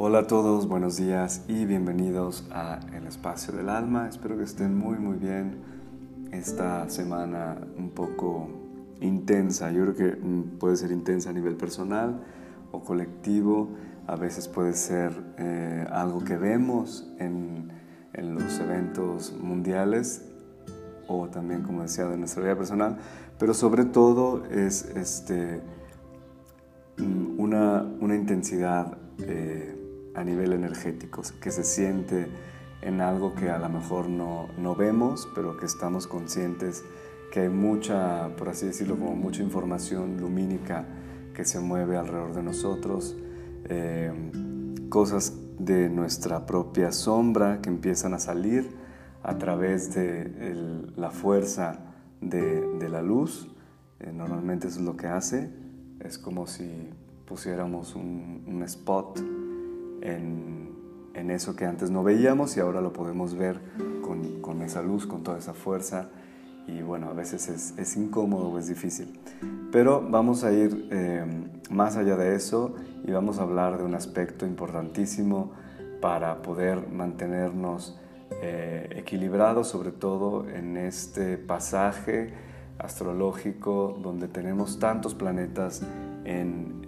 Hola a todos, buenos días y bienvenidos a El Espacio del Alma. Espero que estén muy bien. Esta semana un poco intensa. Yo creo que puede ser intensa a nivel personal o colectivo. A veces puede ser algo que vemos en los eventos mundiales o también, como decía, de nuestra vida personal. Pero sobre todo es una intensidad a nivel energético que se siente en algo que a lo mejor no vemos, pero que estamos conscientes que hay mucha, por así decirlo, como mucha información lumínica que se mueve alrededor de nosotros, cosas de nuestra propia sombra que empiezan a salir a través de la fuerza de la luz. Normalmente eso es lo que hace. Es como si pusiéramos un spot en eso que antes no veíamos y ahora lo podemos ver con esa luz, con toda esa fuerza. Y bueno, a veces es incómodo o es difícil. Pero vamos a ir más allá de eso y vamos a hablar de un aspecto importantísimo para poder mantenernos equilibrados, sobre todo en este pasaje astrológico donde tenemos tantos planetas en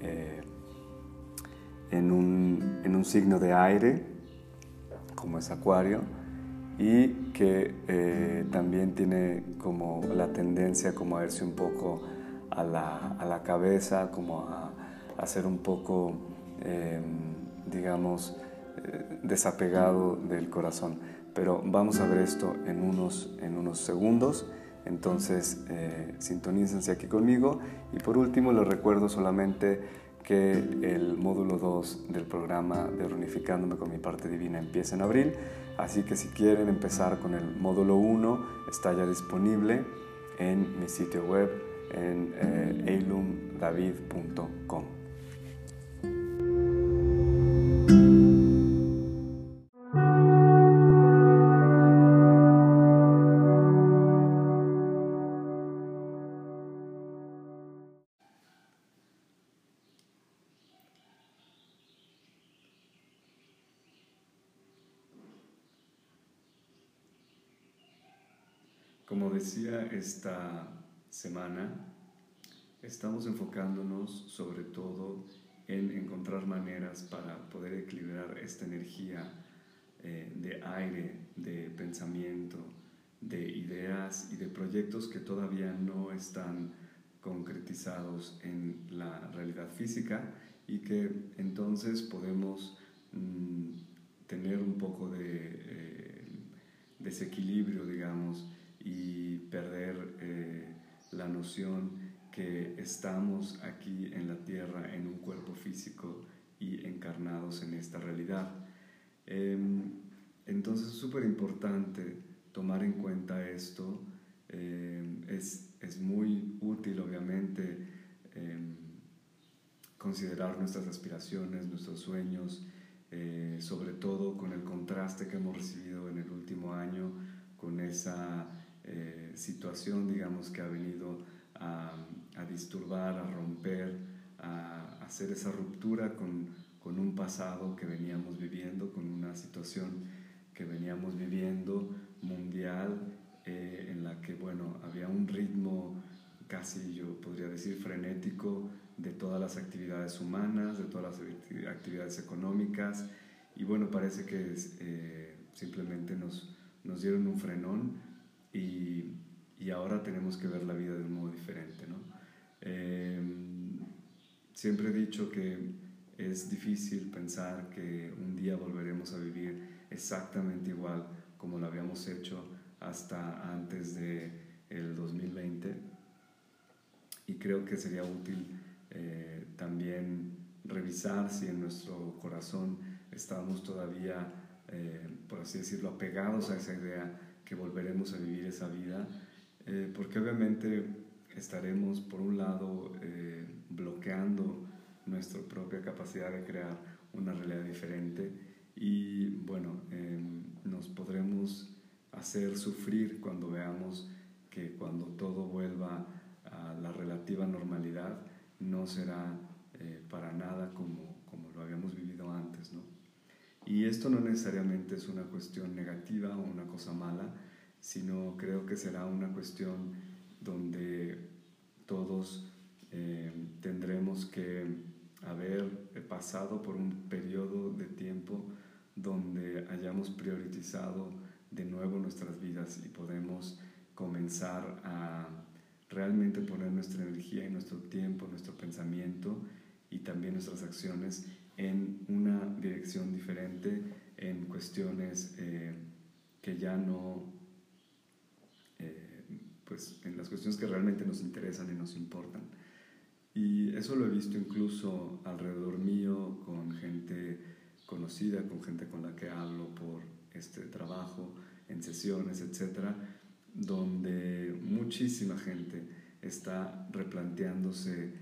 un signo de aire, como es Acuario, y que también tiene como la tendencia como a irse un poco a la cabeza, como a ser un poco, digamos, desapegado del corazón. Pero vamos a ver esto en unos segundos. Entonces sintonícense aquí conmigo y por último les recuerdo solamente que el módulo 2 del programa de Reunificándome con mi parte divina empieza en abril, así que si quieren empezar con el módulo 1 está ya disponible en mi sitio web en eilumdavid.com. Como decía, esta semana estamos enfocándonos sobre todo en encontrar maneras para poder equilibrar esta energía de aire, de pensamiento, de ideas y de proyectos que todavía no están concretizados en la realidad física y que entonces podemos tener un poco de desequilibrio, digamos, y perder la noción que estamos aquí en la Tierra en un cuerpo físico y encarnados en esta realidad. Entonces es súper importante tomar en cuenta esto. Es muy útil, obviamente, considerar nuestras aspiraciones, nuestros sueños, sobre todo con el contraste que hemos recibido en el último año, con esa situación, digamos, que ha venido a disturbar, a romper, a hacer esa ruptura con un pasado que veníamos viviendo, con una situación que veníamos viviendo mundial, en la que, bueno, había un ritmo casi, yo podría decir, frenético de todas las actividades humanas, de todas las actividades económicas, y bueno, parece que simplemente nos dieron un frenón y ahora tenemos que ver la vida de un modo diferente, ¿no? Siempre he dicho que es difícil pensar que un día volveremos a vivir exactamente igual como lo habíamos hecho hasta antes del 2020, y creo que sería útil también revisar si en nuestro corazón estamos todavía, por así decirlo, apegados a esa idea que volveremos a vivir esa vida, porque obviamente estaremos por un lado bloqueando nuestra propia capacidad de crear una realidad diferente y bueno, nos podremos hacer sufrir cuando veamos que cuando todo vuelva a la relativa normalidad no será para nada como lo habíamos vivido antes, ¿no? Y esto no necesariamente es una cuestión negativa o una cosa mala, sino creo que será una cuestión donde todos tendremos que haber pasado por un periodo de tiempo donde hayamos priorizado de nuevo nuestras vidas y podemos comenzar a realmente poner nuestra energía y nuestro tiempo, nuestro pensamiento y también nuestras acciones en una dirección diferente, en cuestiones que ya no, pues en las cuestiones que realmente nos interesan y nos importan. Y eso lo he visto incluso alrededor mío, con gente conocida, con gente con la que hablo por este trabajo, en sesiones, etcétera, donde muchísima gente está replanteándose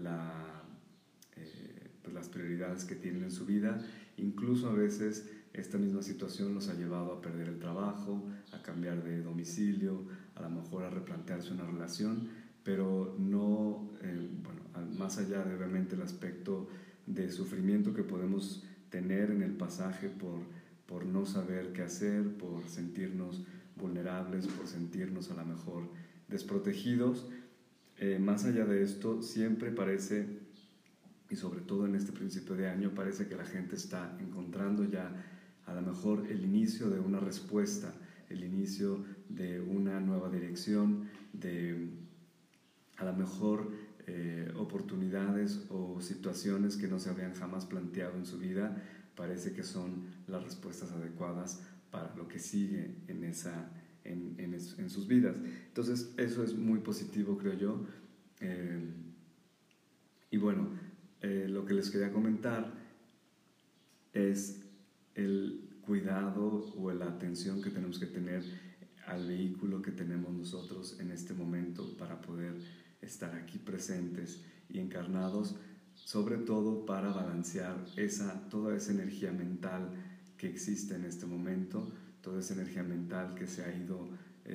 pues las prioridades que tienen en su vida. Incluso a veces esta misma situación los ha llevado a perder el trabajo, a cambiar de domicilio, a lo mejor a replantearse una relación, pero no, más allá de obviamente el aspecto de sufrimiento que podemos tener en el pasaje por no saber qué hacer, por sentirnos vulnerables, por sentirnos a lo mejor desprotegidos. Más allá de esto, siempre parece, y sobre todo en este principio de año, parece que la gente está encontrando ya a lo mejor el inicio de una respuesta, el inicio de una nueva dirección, de a lo mejor oportunidades o situaciones que no se habían jamás planteado en su vida. Parece que son las respuestas adecuadas para lo que sigue en sus vidas. Entonces eso es muy positivo, creo yo. Y bueno, lo que les quería comentar es el cuidado o la atención que tenemos que tener al vehículo que tenemos nosotros en este momento para poder estar aquí presentes y encarnados, sobre todo para balancear toda esa energía mental que existe en este momento, toda esa energía mental que se ha ido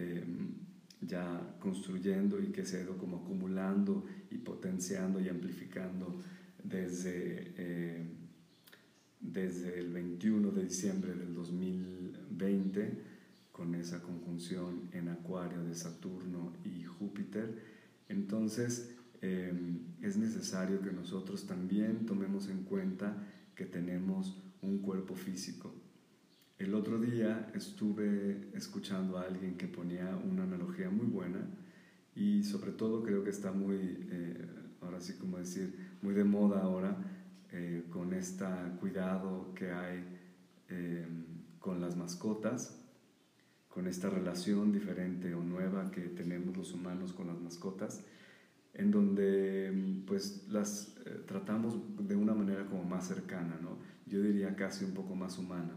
ya construyendo y que se ha ido como acumulando y potenciando y amplificando desde el 21 de diciembre del 2020, con esa conjunción en Acuario de Saturno y Júpiter. Entonces es necesario que nosotros también tomemos en cuenta que tenemos un cuerpo físico. El otro día estuve escuchando a alguien que ponía una analogía muy buena y sobre todo creo que está muy, ahora sí como decir, muy de moda ahora, con este cuidado que hay con las mascotas, con esta relación diferente o nueva que tenemos los humanos con las mascotas, en donde pues las tratamos de una manera como más cercana, ¿no? Yo diría casi un poco más humana.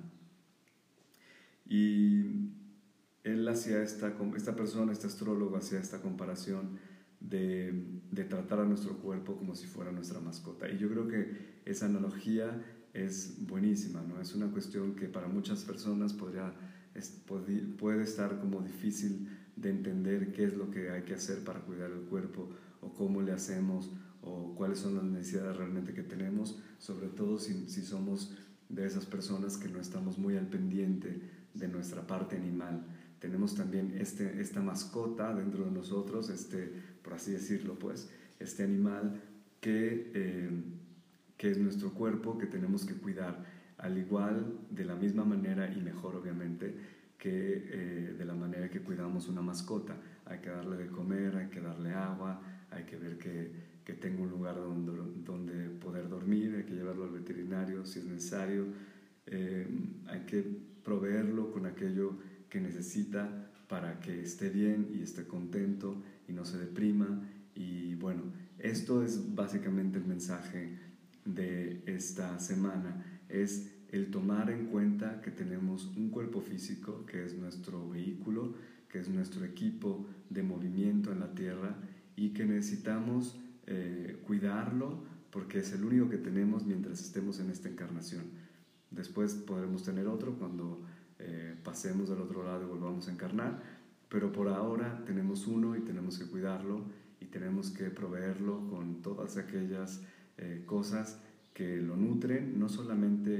Y él hacía esta persona, este astrólogo, hacía esta comparación de tratar a nuestro cuerpo como si fuera nuestra mascota. Y yo creo que esa analogía es buenísima, ¿no? Es una cuestión que para muchas personas puede estar como difícil de entender qué es lo que hay que hacer para cuidar el cuerpo, o cómo le hacemos, o cuáles son las necesidades realmente que tenemos, sobre todo si somos de esas personas que no estamos muy al pendiente de nuestra parte animal. Tenemos también esta mascota dentro de nosotros, por así decirlo, pues, este animal que es nuestro cuerpo, que tenemos que cuidar, al igual, de la misma manera y mejor obviamente, que de la manera que cuidamos una mascota. Hay que darle de comer, hay que darle agua, hay que ver que tenga un lugar donde poder dormir, hay que llevarlo al veterinario si es necesario, hay que proveerlo con aquello que necesita para que esté bien y esté contento y no se deprima. Y bueno, esto es básicamente el mensaje de esta semana, es el tomar en cuenta que tenemos un cuerpo físico, que es nuestro vehículo, que es nuestro equipo de movimiento en la Tierra, y que necesitamos cuidarlo porque es el único que tenemos mientras estemos en esta encarnación. Después podremos tener otro cuando pasemos del otro lado y volvamos a encarnar, pero por ahora tenemos uno y tenemos que cuidarlo y tenemos que proveerlo con todas aquellas cosas que lo nutren, no solamente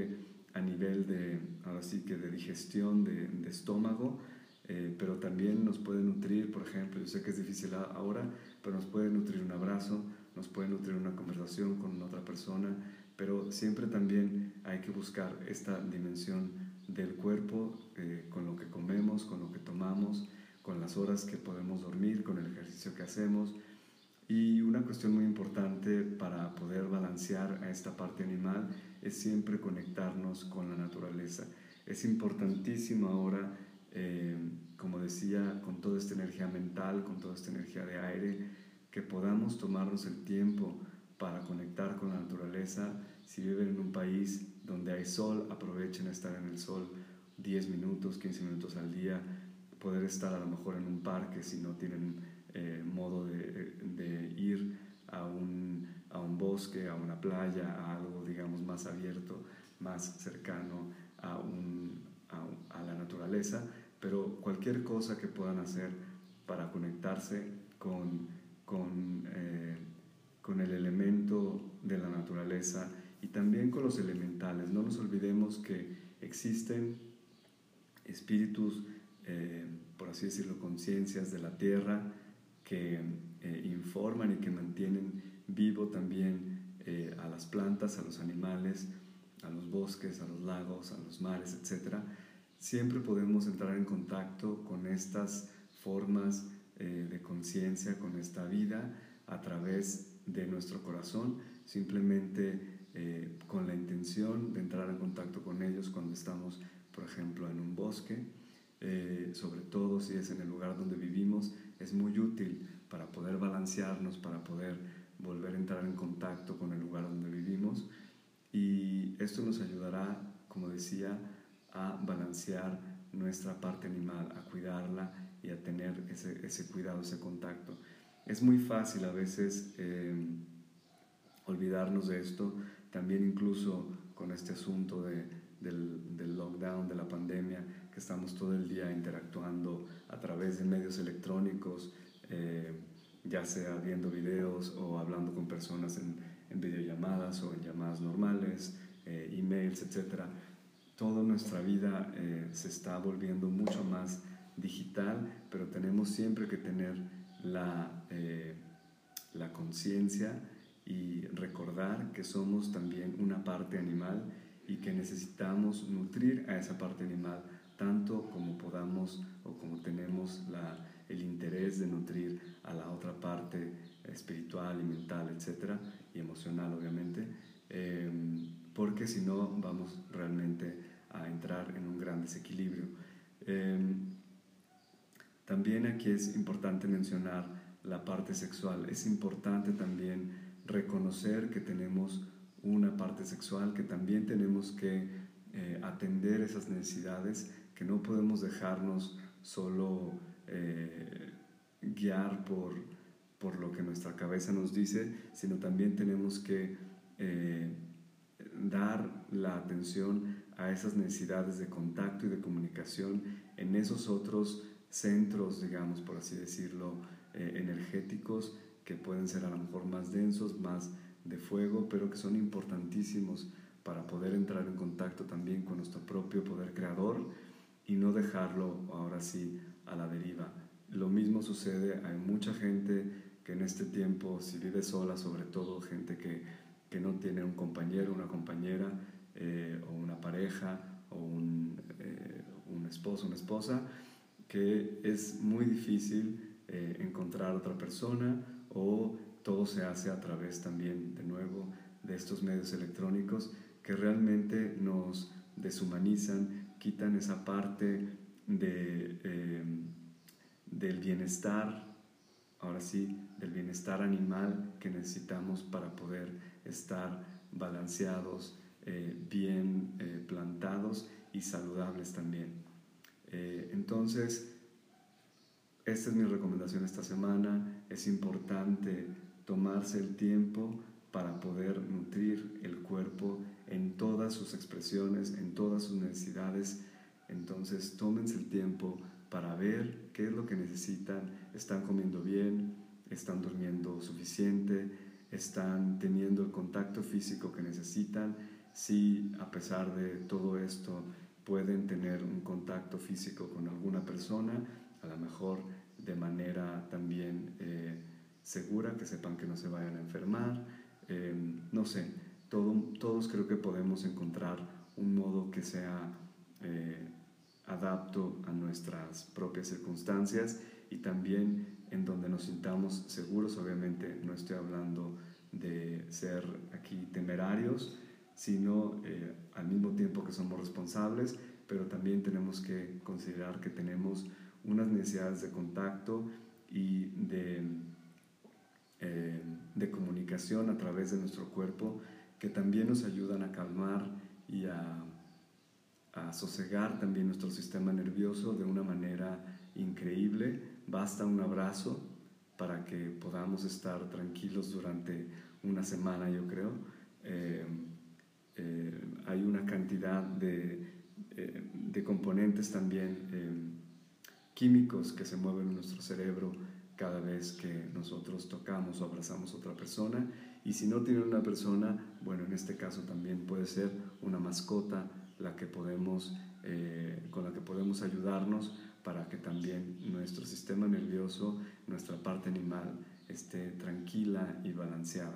a nivel de, ahora sí que de digestión, de estómago, pero también nos puede nutrir, por ejemplo, yo sé que es difícil ahora, pero nos puede nutrir un abrazo, nos puede nutrir una conversación con otra persona, pero siempre también hay que buscar esta dimensión del cuerpo, con lo que comemos, con lo que tomamos, con las horas que podemos dormir, con el ejercicio que hacemos. Y una cuestión muy importante para poder balancear a esta parte animal es siempre conectarnos con la naturaleza. Es importantísimo ahora, como decía, con toda esta energía mental, con toda esta energía de aire, que podamos tomarnos el tiempo para conectar con la naturaleza. Si viven en un país donde hay sol, aprovechen a estar en el sol 10 minutos, 15 minutos al día, poder estar a lo mejor en un parque si no tienen modo de ir a un bosque, a una playa, a algo digamos más abierto, más cercano a la naturaleza, pero cualquier cosa que puedan hacer para conectarse con el elemento de la naturaleza y también con los elementales. No nos olvidemos que existen espíritus, por así decirlo, conciencias de la tierra que informan y que mantienen vivo también a las plantas, a los animales, a los bosques, a los lagos, a los mares, etc. Siempre podemos entrar en contacto con estas formas de conciencia, con esta vida, a través de nuestro corazón, simplemente con la intención de entrar en contacto con ellos cuando estamos, por ejemplo, en un bosque. Sobre todo si es en el lugar donde vivimos, es muy útil para poder balancearnos, para poder volver a entrar en contacto con el lugar donde vivimos, y esto nos ayudará, como decía, a balancear nuestra parte animal, a cuidarla y a tener ese cuidado, ese contacto. Es muy fácil a veces olvidarnos de esto, también incluso con este asunto del lockdown, de la pandemia, que estamos todo el día interactuando a través de medios electrónicos, ya sea viendo videos o hablando con personas en videollamadas o en llamadas normales, emails, etc. Toda nuestra vida se está volviendo mucho más digital, pero tenemos siempre que tener la conciencia y recordar que somos también una parte animal y que necesitamos nutrir a esa parte animal tanto como podamos o como tenemos el interés de nutrir a la otra parte espiritual y mental, etcétera, y emocional obviamente, porque si no vamos realmente a entrar en un gran desequilibrio. También aquí es importante mencionar la parte sexual. Es importante también reconocer que tenemos una parte sexual, que también tenemos que atender esas necesidades, que no podemos dejarnos solo guiar por lo que nuestra cabeza nos dice, sino también tenemos que dar la atención a esas necesidades de contacto y de comunicación en esos otros centros, digamos, por así decirlo, energéticos, que pueden ser a lo mejor más densos, más de fuego, pero que son importantísimos para poder entrar en contacto también con nuestro propio poder creador y no dejarlo ahora sí a la deriva. Lo mismo sucede, hay mucha gente que en este tiempo, si vive sola, sobre todo gente que no tiene un compañero, una compañera, o una pareja, o un esposo, una esposa, que es muy difícil encontrar otra persona, o todo se hace a través también, de nuevo, de estos medios electrónicos que realmente nos deshumanizan, quitan esa parte del bienestar, ahora sí, del bienestar animal que necesitamos para poder estar balanceados, bien plantados y saludables también. Entonces, esta es mi recomendación esta semana. Es importante tomarse el tiempo para poder nutrir el cuerpo en todas sus expresiones, en todas sus necesidades. Entonces, tómense el tiempo para ver qué es lo que necesitan. ¿Están comiendo bien? ¿Están durmiendo suficiente? ¿Están teniendo el contacto físico que necesitan? si a pesar de todo esto pueden tener un contacto físico con alguna persona, a lo mejor de manera también segura, que sepan que no se vayan a enfermar, no sé, todos creo que podemos encontrar un modo que sea adapto a nuestras propias circunstancias y también en donde nos sintamos seguros. Obviamente no estoy hablando de ser aquí temerarios, sino al mismo tiempo que somos responsables, pero también tenemos que considerar que tenemos unas necesidades de contacto y de comunicación a través de nuestro cuerpo que también nos ayudan a calmar y a sosegar también nuestro sistema nervioso de una manera increíble. Basta un abrazo para que podamos estar tranquilos durante una semana, yo creo. Hay una cantidad de componentes también químicos que se mueven en nuestro cerebro cada vez que nosotros tocamos o abrazamos a otra persona. Y si no tiene una persona, bueno, en este caso también puede ser una mascota la que podemos, con la que podemos ayudarnos para que también nuestro sistema nervioso, nuestra parte animal, esté tranquila y balanceada.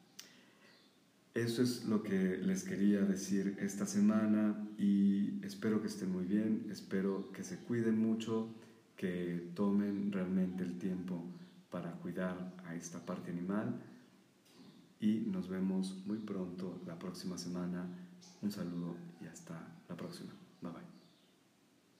Eso es lo que les quería decir esta semana y espero que estén muy bien, espero que se cuiden mucho, que tomen realmente el tiempo para cuidar a esta parte animal y nos vemos muy pronto la próxima semana. Un saludo y hasta la próxima.